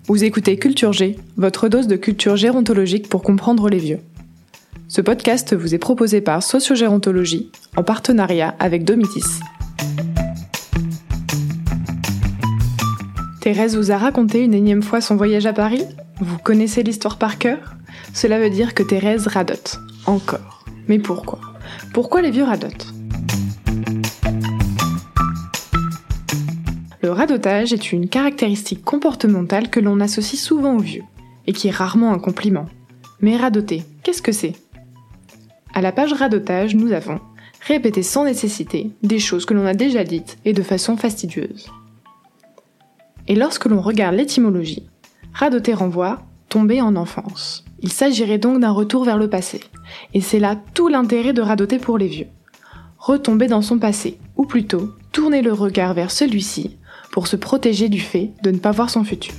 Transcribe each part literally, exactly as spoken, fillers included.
Vous écoutez Culture G, votre dose de culture gérontologique pour comprendre les vieux. Ce podcast vous est proposé par Sociogérontologie, en partenariat avec Domitis. Thérèse vous a raconté une énième fois son voyage à Paris ? Vous connaissez l'histoire par cœur ? Cela veut dire que Thérèse radote. Encore. Mais pourquoi ? Pourquoi les vieux radotent ? Le radotage est une caractéristique comportementale que l'on associe souvent aux vieux, et qui est rarement un compliment. Mais radoter, qu'est-ce que c'est ? À la page radotage, nous avons répété sans nécessité des choses que l'on a déjà dites et de façon fastidieuse. Et lorsque l'on regarde l'étymologie, radoter renvoie tomber en enfance. Il s'agirait donc d'un retour vers le passé. Et c'est là tout l'intérêt de radoter pour les vieux. Retomber dans son passé, ou plutôt tourner le regard vers celui-ci pour se protéger du fait de ne pas voir son futur.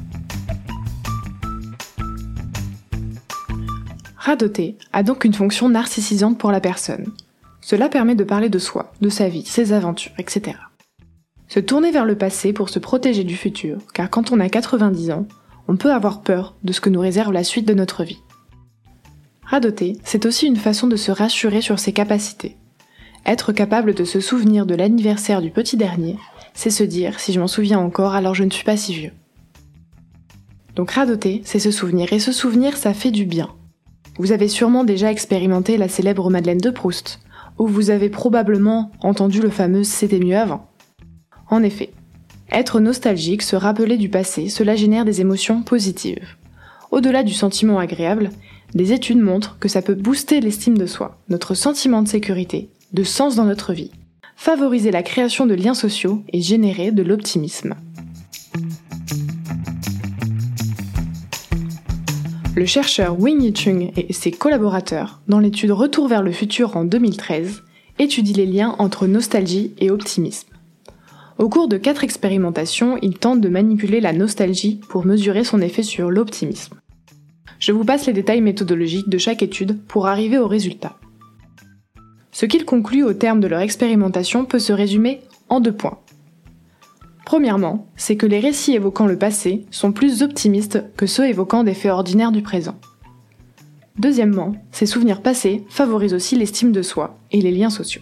Radoter a donc une fonction narcissisante pour la personne. Cela permet de parler de soi, de sa vie, ses aventures, et cetera. Se tourner vers le passé pour se protéger du futur, car quand on a quatre-vingt-dix ans, on peut avoir peur de ce que nous réserve la suite de notre vie. Radoter, c'est aussi une façon de se rassurer sur ses capacités. Être capable de se souvenir de l'anniversaire du petit dernier, c'est se dire « si je m'en souviens encore, alors je ne suis pas si vieux ». Donc radoter, c'est se souvenir, et se souvenir, ça fait du bien. Vous avez sûrement déjà expérimenté la célèbre Madeleine de Proust, ou vous avez probablement entendu le fameux « c'était mieux avant ». En effet, être nostalgique, se rappeler du passé, cela génère des émotions positives. Au-delà du sentiment agréable, des études montrent que ça peut booster l'estime de soi, notre sentiment de sécurité, de sens dans notre vie, favoriser la création de liens sociaux et générer de l'optimisme. Le chercheur Wing Yichung et ses collaborateurs, dans l'étude Retour vers le futur en deux mille treize, étudient les liens entre nostalgie et optimisme. Au cours de quatre expérimentations, ils tentent de manipuler la nostalgie pour mesurer son effet sur l'optimisme. Je vous passe les détails méthodologiques de chaque étude pour arriver au résultat. Ce qu'ils concluent au terme de leur expérimentation peut se résumer en deux points. Premièrement, c'est que les récits évoquant le passé sont plus optimistes que ceux évoquant des faits ordinaires du présent. Deuxièmement, ces souvenirs passés favorisent aussi l'estime de soi et les liens sociaux.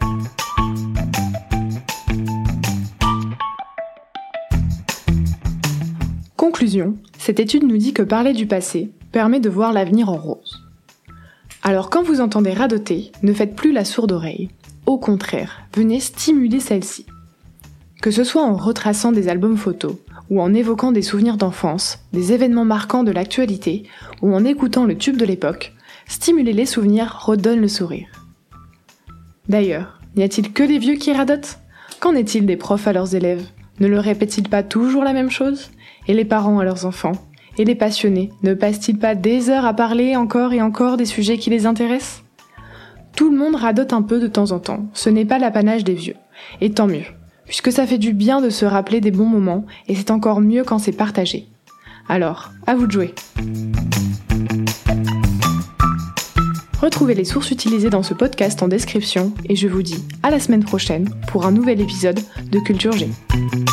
Conclusion, cette étude nous dit que parler du passé permet de voir l'avenir en rose. Alors quand vous entendez radoter, ne faites plus la sourde oreille. Au contraire, venez stimuler celle-ci. Que ce soit en retraçant des albums photos, ou en évoquant des souvenirs d'enfance, des événements marquants de l'actualité, ou en écoutant le tube de l'époque, stimuler les souvenirs redonne le sourire. D'ailleurs, n'y a-t-il que les vieux qui radotent ? Qu'en est-il des profs à leurs élèves ? Ne leur répètent-ils pas toujours la même chose ? Et les parents à leurs enfants ? Et les passionnés, ne passent-ils pas des heures à parler encore et encore des sujets qui les intéressent ? Tout le monde radote un peu de temps en temps, ce n'est pas l'apanage des vieux. Et tant mieux, puisque ça fait du bien de se rappeler des bons moments, et c'est encore mieux quand c'est partagé. Alors, à vous de jouer. Retrouvez les sources utilisées dans ce podcast en description, et je vous dis à la semaine prochaine pour un nouvel épisode de Culture G.